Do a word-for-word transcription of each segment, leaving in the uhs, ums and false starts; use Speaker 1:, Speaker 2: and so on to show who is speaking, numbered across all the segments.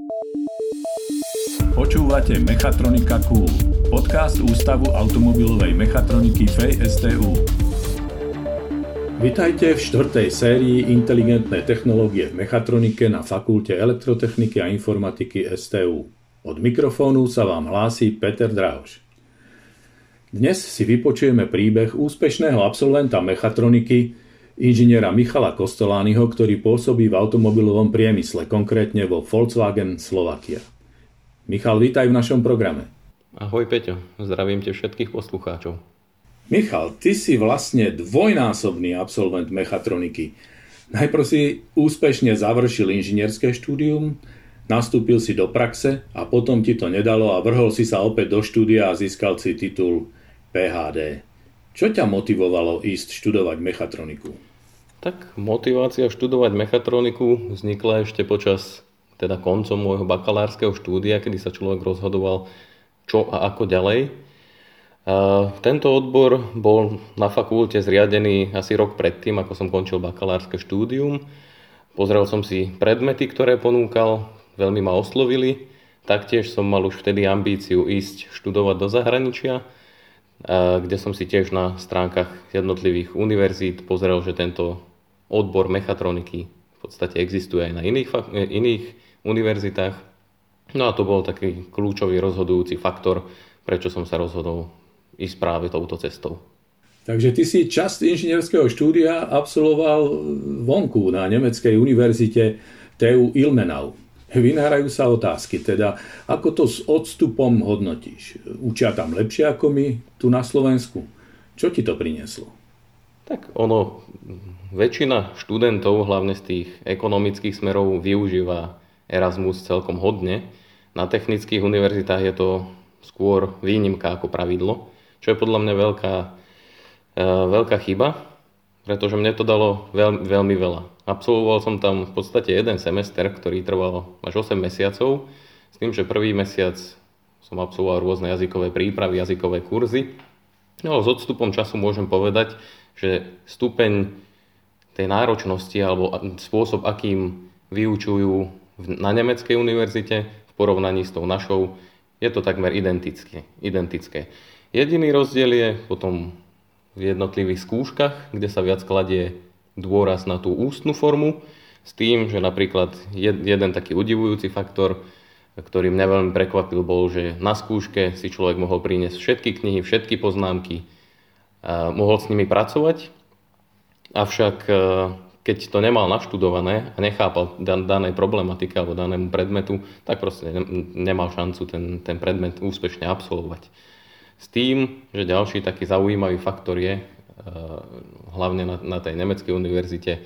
Speaker 1: Počúvate Mechatronika Cool, podcast Ústavu automobilovej mechatroniky vé es té ú. Vitajte v štvrtej sérii Inteligentné technológie v mechatronike na Fakulte elektrotechniky a informatiky es té ú. Od mikrofónu sa vám hlási Peter Drahoš. Dnes si vypočujeme príbeh úspešného absolventa mechatroniky, inžiniera Michala Kostolányho, ktorý pôsobí v automobilovom priemysle, konkrétne vo Volkswagen Slovakia. Michal, vítaj v našom programe.
Speaker 2: Ahoj Peťo, zdravím te všetkých poslucháčov.
Speaker 1: Michal, ty si vlastne dvojnásobný absolvent mechatroniky. Najprv si úspešne završil inžinierské štúdium, nastúpil si do praxe a potom ti to nedalo a vrhol si sa opäť do štúdia a získal si titul pé há dé. Čo ťa motivovalo ísť študovať mechatroniku?
Speaker 2: Tak motivácia študovať mechatroniku vznikla ešte počas teda koncom môjho bakalárskeho štúdia, kedy sa človek rozhodoval, čo a ako ďalej. A tento odbor bol na fakulte zriadený asi rok predtým, ako som končil bakalárske štúdium. Pozrel som si predmety, ktoré ponúkal, veľmi ma oslovili. Taktiež som mal už vtedy ambíciu ísť študovať do zahraničia, kde som si tiež na stránkach jednotlivých univerzít pozrel, že tento odbor mechatroniky v podstate existuje aj na iných, iných univerzitách. No a to bol taký kľúčový rozhodujúci faktor, prečo som sa rozhodol ísť práve touto cestou.
Speaker 1: Takže ty si časť inžinierského štúdia absolvoval vonku na nemeckej univerzite té ú Ilmenau. Vynárajú sa otázky, teda ako to s odstupom hodnotíš? Učia tam lepšie ako my tu na Slovensku? Čo ti to prinieslo?
Speaker 2: Tak ono, väčšina študentov, hlavne z tých ekonomických smerov, využíva Erasmus celkom hodne. Na technických univerzitách je to skôr výnimka ako pravidlo, čo je podľa mňa veľká, e, veľká chyba, pretože mne to dalo veľ, veľmi veľa. Absolvoval som tam v podstate jeden semester, ktorý trval až osem mesiacov, s tým, že prvý mesiac som absolvoval rôzne jazykové prípravy, jazykové kurzy. No, s odstupom času môžem povedať, že stupeň tej náročnosti alebo spôsob, akým vyučujú na nemeckej univerzite v porovnaní s tou našou, je to takmer identické. identické. Jediný rozdiel je potom v jednotlivých skúškach, kde sa viac kladie dôraz na tú ústnu formu, s tým, že napríklad jeden taký udivujúci faktor, ktorý mňa veľmi prekvapil, bol, že na skúške si človek mohol priniesť všetky knihy, všetky poznámky, a mohol s nimi pracovať, avšak keď to nemal naštudované a nechápal dan- danej problematike alebo danému predmetu, tak proste nemal šancu ten, ten predmet úspešne absolvovať. S tým, že ďalší taký zaujímavý faktor je, hlavne na, na tej nemeckej univerzite,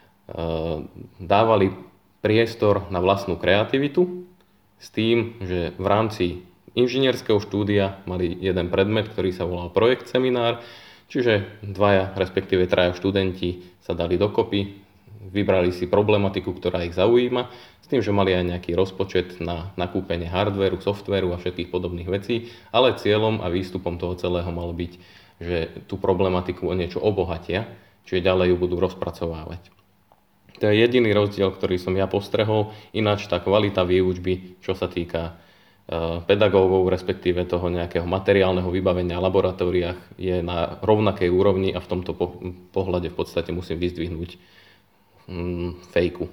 Speaker 2: dávali priestor na vlastnú kreativitu, s tým, že v rámci inžinierského štúdia mali jeden predmet, ktorý sa volal projekt seminár, čiže dvaja, respektíve traja študenti sa dali dokopy, vybrali si problematiku, ktorá ich zaujíma, s tým, že mali aj nejaký rozpočet na nakúpenie hardvéru, softvéru a všetkých podobných vecí, ale cieľom a výstupom toho celého malo byť, že tú problematiku o niečo obohatia, čiže ďalej ju budú rozpracovávať. To je jediný rozdiel, ktorý som ja postrehol, ináč tá kvalita výučby, čo sa týka pedagógov, respektíve toho nejakého materiálneho vybavenia v laboratóriách, je na rovnakej úrovni a v tomto pohľade v podstate musím vyzdvihnúť mm, fejku.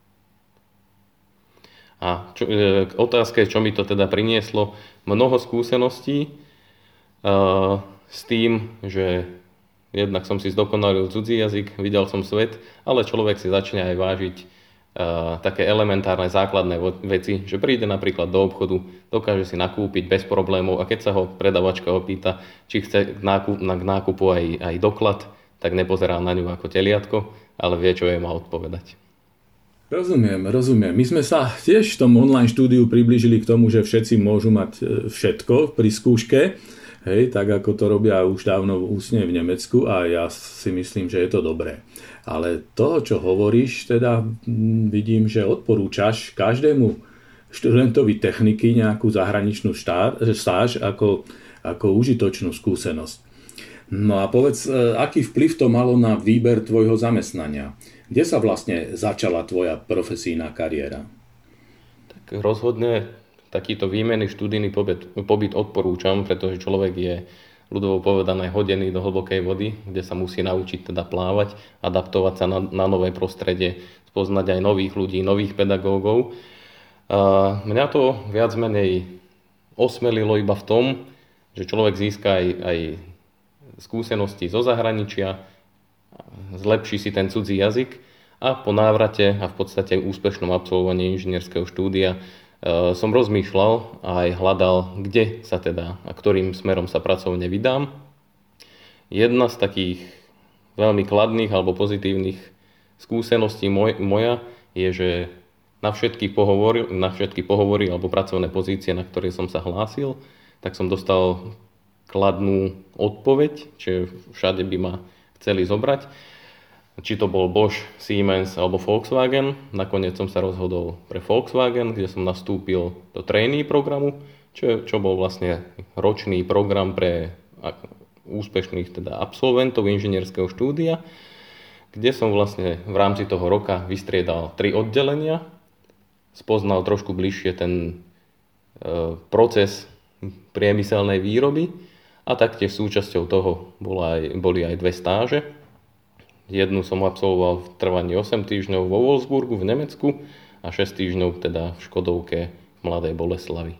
Speaker 2: A čo, e, k otázke, čo mi to teda prinieslo, mnoho skúseností e, s tým, že jednak som si zdokonalil cudzí jazyk, videl som svet, ale človek si začne aj vážiť Uh, také elementárne základné veci, že príde napríklad do obchodu, dokáže si nakúpiť bez problémov a keď sa ho predavačka opýta, či chce k nákupu, na, k nákupu aj, aj doklad, tak nepozerá na ňu ako teliatko, ale vie, čo jej má odpovedať.
Speaker 1: Rozumiem, rozumiem. My sme sa tiež v tom online štúdiu priblížili k tomu, že všetci môžu mať všetko pri skúške, hej, tak ako to robia už dávno úsne v Nemecku a ja si myslím, že je to dobré. Ale to, čo hovoríš, teda vidím, že odporúčaš každému študentovi techniky nejakú zahraničnú stáž ako, ako užitočnú skúsenosť. No a povedz, aký vplyv to malo na výber tvojho zamestnania? Kde sa vlastne začala tvoja profesijná kariéra?
Speaker 2: Tak rozhodne takýto výmenný študijný pobyt, pobyt odporúčam, pretože človek je ľudovo povedané hodený do hlbokej vody, kde sa musí naučiť teda plávať, adaptovať sa na, na nové prostredie, spoznať aj nových ľudí, nových pedagógov. A mňa to viac menej osmelilo iba v tom, že človek získa aj, aj skúsenosti zo zahraničia, zlepší si ten cudzí jazyk a po návrate a v podstate úspešnom absolvovaní inžinierského štúdia som rozmýšľal a aj hľadal, kde sa teda a ktorým smerom sa pracovne vydám. Jedna z takých veľmi kladných alebo pozitívnych skúseností moj, moja je, že na všetky pohovory, na všetky pohovory alebo pracovné pozície, na ktoré som sa hlásil, tak som dostal kladnú odpoveď, že všade by ma chceli zobrať. Či to bol Bosch, Siemens alebo Volkswagen. Nakoniec som sa rozhodol pre Volkswagen, kde som nastúpil do trainee programu, čo, čo bol vlastne ročný program pre úspešných teda absolventov inžinierského štúdia, kde som vlastne v rámci toho roka vystriedal tri oddelenia, spoznal trošku bližšie ten e, proces priemyselnej výroby a taktiež súčasťou toho bola aj, boli aj dve stáže. Jednu som absolvoval v trvaní osem týždňov vo Wolfsburgu v Nemecku a šesť týždňov teda v Škodovke v Mladej Boleslavi.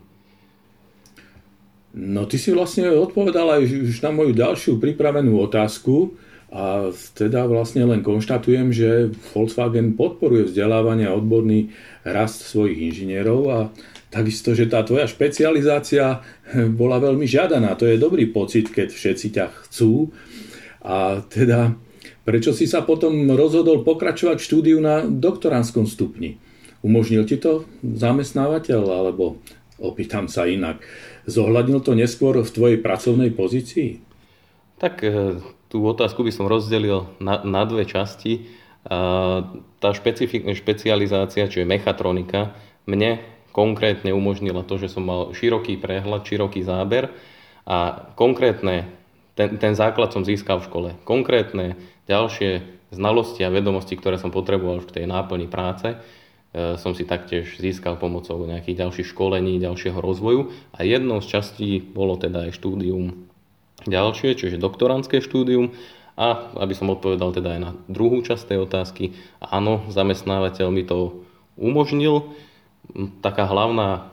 Speaker 1: No ty si vlastne odpovedal aj už na moju ďalšiu pripravenú otázku a teda vlastne len konštatujem, že Volkswagen podporuje vzdelávanie a odborný rast svojich inžinierov a takisto, že tá tvoja špecializácia bola veľmi žiadaná. To je dobrý pocit, keď všetci ťa chcú a teda prečo si sa potom rozhodol pokračovať v štúdiu na doktorandskom stupni? Umožnil ti to zamestnávateľ, alebo opýtam sa inak, zohľadnil to neskôr v tvojej pracovnej pozícii?
Speaker 2: Tak tú otázku by som rozdelil na, na dve časti. Tá špecifik- špecializácia, čiže mechatronika, mne konkrétne umožnila to, že som mal široký prehľad, široký záber a konkrétne, ten, ten základ som získal v škole. Konkrétne ďalšie znalosti a vedomosti, ktoré som potreboval v tej náplni práce, som si taktiež získal pomocou nejakých ďalších školení, ďalšieho rozvoju. A jednou z častí bolo teda aj štúdium ďalšie, čiže doktorandské štúdium. A aby som odpovedal teda aj na druhú časť tej otázky, áno, zamestnávateľ mi to umožnil. Taká hlavná,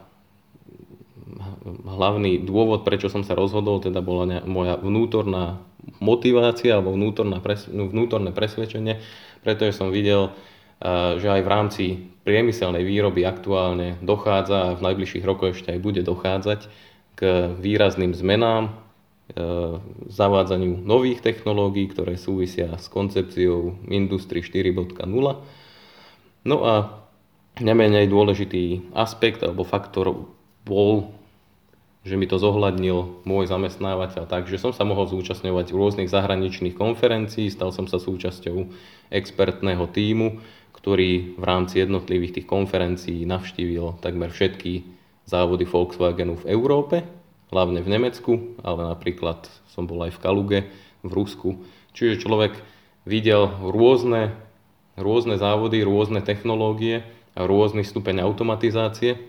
Speaker 2: hlavný dôvod, prečo som sa rozhodol, teda bola moja vnútorná motivácia alebo vnútorná pres, vnútorné presvedčenie, pretože som videl, že aj v rámci priemyselnej výroby aktuálne dochádza a v najbližších rokoch ešte aj bude dochádzať k výrazným zmenám, zavádzaniu nových technológií, ktoré súvisia s koncepciou Industry štyri bodka nula. No a nemenej dôležitý aspekt alebo faktor bol, že mi to zohľadnil môj zamestnávateľ, takže som sa mohol zúčastňovať v rôznych zahraničných konferencií, stal som sa súčasťou expertného tímu, ktorý v rámci jednotlivých tých konferencií navštívil takmer všetky závody Volkswagenu v Európe, hlavne v Nemecku, ale napríklad som bol aj v Kaluge, v Rusku. Čiže človek videl rôzne, rôzne závody, rôzne technológie a rôzny stupeň automatizácie.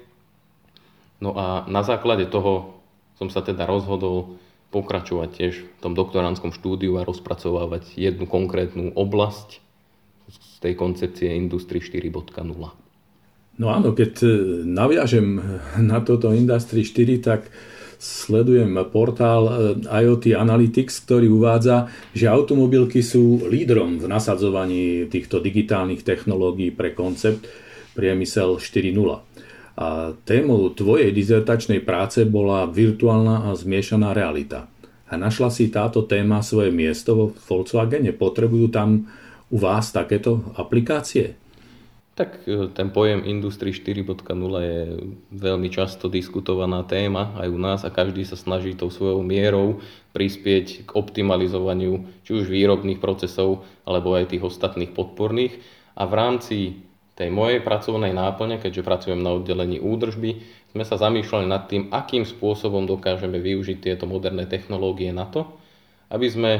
Speaker 2: No a na základe toho som sa teda rozhodol pokračovať tiež v tom doktorandskom štúdiu a rozpracovávať jednu konkrétnu oblasť z tej koncepcie Industry štyri bodka nula.
Speaker 1: No áno, keď naviažem na toto Industry štyri, tak sledujem portál í ó té Analytics, ktorý uvádza, že automobilky sú lídrom v nasadzovaní týchto digitálnych technológií pre koncept priemysel štyri bodka nula. A témou tvojej dizertačnej práce bola virtuálna a zmiešaná realita. A našla si táto téma svoje miesto vo Volkswagene? Potrebujú tam u vás takéto aplikácie?
Speaker 2: Tak ten pojem Industry štyri bodka nula je veľmi často diskutovaná téma aj u nás a každý sa snaží tou svojou mierou prispieť k optimalizovaniu či už výrobných procesov alebo aj tých ostatných podporných. A v rámci tej mojej pracovnej náplne, keďže pracujem na oddelení údržby, sme sa zamýšľali nad tým, akým spôsobom dokážeme využiť tieto moderné technológie na to, aby sme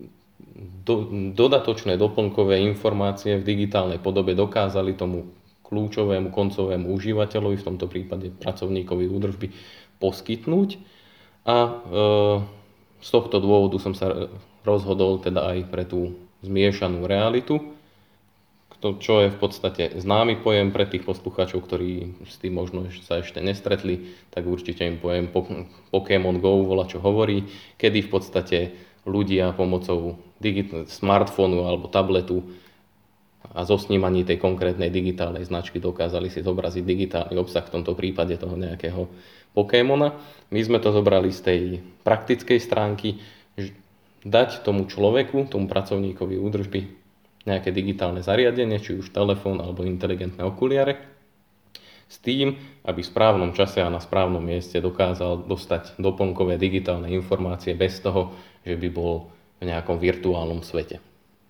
Speaker 2: do, dodatočné doplnkové informácie v digitálnej podobe dokázali tomu kľúčovému koncovému užívateľovi, v tomto prípade pracovníkovi údržby, poskytnúť. A e, z tohto dôvodu som sa rozhodol teda aj pre tú zmiešanú realitu, čo je v podstate známy pojem pre tých poslucháčov, ktorí s tým možno sa ešte nestretli, tak určite im poviem Pokémon Go, volá čo hovorí, kedy v podstate ľudia pomocou digit- smartfónu alebo tabletu a zo snímaní tej konkrétnej digitálnej značky dokázali si zobraziť digitálny obsah, v tomto prípade toho nejakého Pokémona. My sme to zobrali z tej praktickej stránky, dať tomu človeku, tomu pracovníkovi údržby nejaké digitálne zariadenie, či už telefón alebo inteligentné okuliare, s tým, aby v správnom čase a na správnom mieste dokázal dostať doplnkové digitálne informácie bez toho, že by bol v nejakom virtuálnom svete.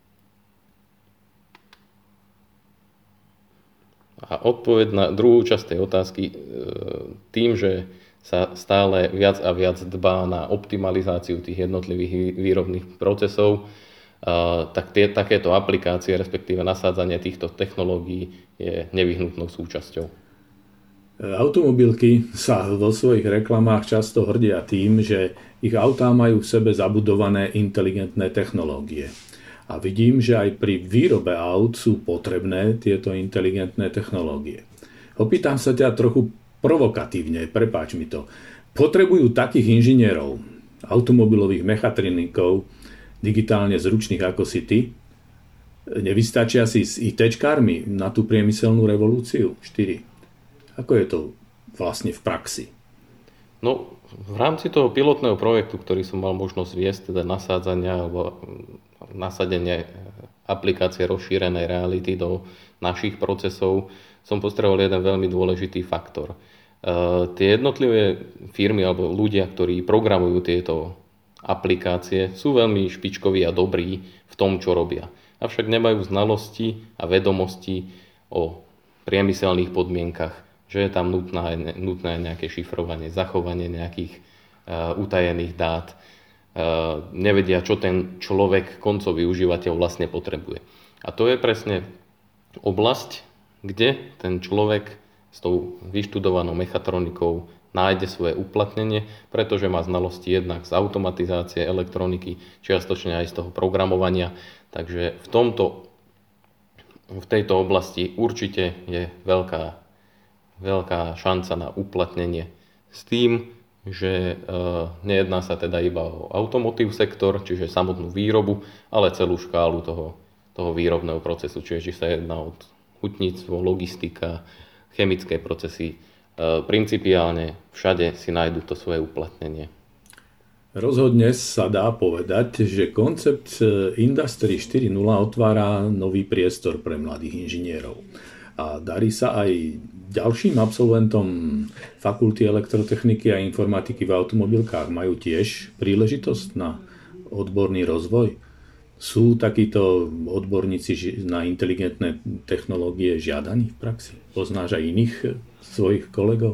Speaker 2: A odpoveď na druhú časť tej otázky, tým, že sa stále viac a viac dbá na optimalizáciu tých jednotlivých výrobných procesov, Uh, tak tie, takéto aplikácie, respektíve nasádzanie týchto technológií je nevyhnutnou súčasťou.
Speaker 1: Automobilky sa vo svojich reklamách často hrdia tým, že ich autá majú v sebe zabudované inteligentné technológie. A vidím, že aj pri výrobe aut sú potrebné tieto inteligentné technológie. Opýtam sa ťa trochu provokatívne, prepáč mi to. Potrebujú takých inžinierov, automobilových mechatronikov, digitálne zručných ako si ty, nevystačia si s ITčkármi na tú priemyselnú revolúciu štyri. Ako je to vlastne v praxi?
Speaker 2: No, v rámci toho pilotného projektu, ktorý som mal možnosť viesť, teda nasádzania alebo nasadenie aplikácie rozšírenej reality do našich procesov, som postrehol jeden veľmi dôležitý faktor. E, tie jednotlivé firmy alebo ľudia, ktorí programujú tieto aplikácie, sú veľmi špičkoví a dobrí v tom, čo robia. Avšak nemajú znalosti a vedomosti o priemyselných podmienkach, že je tam nutné, nutné nejaké šifrovanie, zachovanie nejakých uh, utajených dát. Uh, nevedia, čo ten človek, koncový užívateľ vlastne potrebuje. A to je presne oblasť, kde ten človek s tou vyštudovanou mechatronikou nájde svoje uplatnenie, pretože má znalosti jednak z automatizácie, elektroniky, čiastočne aj z toho programovania. Takže v tomto, v tejto oblasti určite je veľká, veľká šanca na uplatnenie s tým, že e, nejedná sa teda iba o automotív sektor, čiže samotnú výrobu, ale celú škálu toho, toho výrobného procesu, čiže sa jedná o hutníctvo, logistika, chemické procesy. Principiálne všade si nájdu to svoje uplatnenie.
Speaker 1: Rozhodne sa dá povedať, že koncept Industry štyri bodka nula otvára nový priestor pre mladých inžinierov. A darí sa aj ďalším absolventom Fakulty elektrotechniky a informatiky v automobilkách. Majú tiež príležitosť na odborný rozvoj. Sú takíto odborníci na inteligentné technológie žiadaní v praxi? Poznáš aj iných svojich kolegov?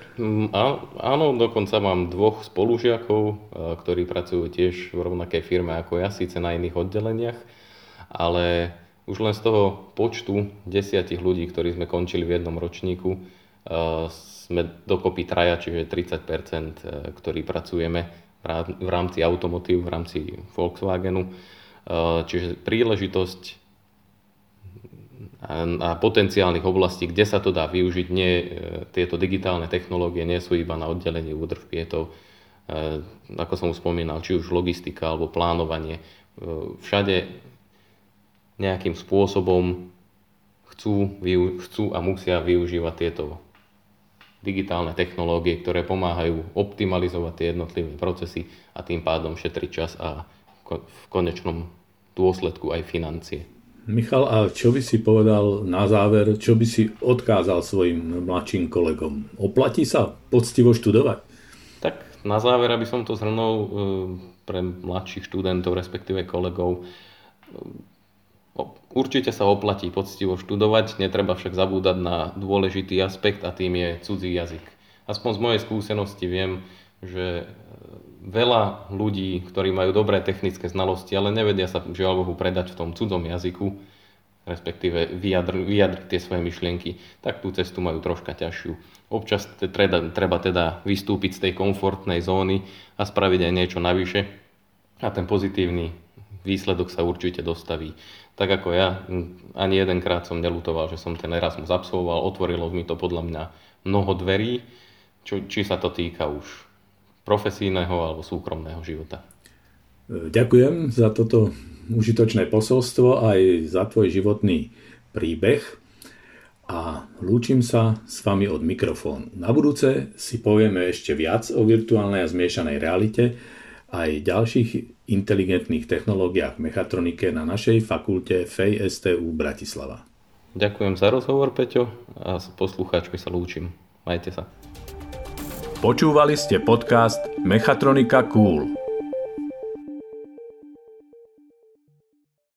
Speaker 2: Áno, dokonca mám dvoch spolužiakov, ktorí pracujú tiež v rovnakej firme ako ja, síce na iných oddeleniach, ale už len z toho počtu desiatich ľudí, ktorí sme končili v jednom ročníku, sme dokopy traja, čiže tridsať percent, ktorí pracujeme v rámci automotív, v rámci Volkswagenu. Čiže príležitosť a potenciálnych oblastí, kde sa to dá využiť, nie, tieto digitálne technológie nie sú iba na oddelení údržby. Je to, ako som už spomínal, či už logistika alebo plánovanie. Všade nejakým spôsobom chcú, chcú a musia využívať tieto digitálne technológie, ktoré pomáhajú optimalizovať tie jednotlivé procesy a tým pádom šetriť čas a v konečnom dôsledku aj financie.
Speaker 1: Michal, a čo by si povedal na záver, čo by si odkázal svojim mladším kolegom? Oplatí sa poctivo študovať?
Speaker 2: Tak na záver, aby som to zhrnul pre mladších študentov, respektíve kolegov, určite sa oplatí poctivo študovať, netreba však zabúdať na dôležitý aspekt a tým je cudzí jazyk. Aspoň z mojej skúsenosti viem, že veľa ľudí, ktorí majú dobré technické znalosti, ale nevedia sa žiaľ Bohu predať v tom cudzom jazyku, respektíve vyjadr, vyjadriť tie svoje myšlienky, tak tú cestu majú troška ťažšiu. Občas treba, treba teda vystúpiť z tej komfortnej zóny a spraviť aj niečo navyše a ten pozitívny výsledok sa určite dostaví. Tak ako ja, ani jedenkrát som neľutoval, že som ten Erasmus absolvoval, otvorilo mi to podľa mňa mnoho dverí, čo, či sa to týka už profesijného alebo súkromného života.
Speaker 1: Ďakujem za toto užitočné posolstvo aj za tvoj životný príbeh a lúčim sa s vami od mikrofónu. Na budúce si povieme ešte viac o virtuálnej a zmiešanej realite aj ďalších inteligentných technológiách v mechatronike na našej fakulte ef e í es té ú Bratislava.
Speaker 2: Ďakujem za rozhovor, Peťo, a s poslucháčmi sa lúčim. Majte sa.
Speaker 1: Počúvali ste podcast Mechatronika Cool.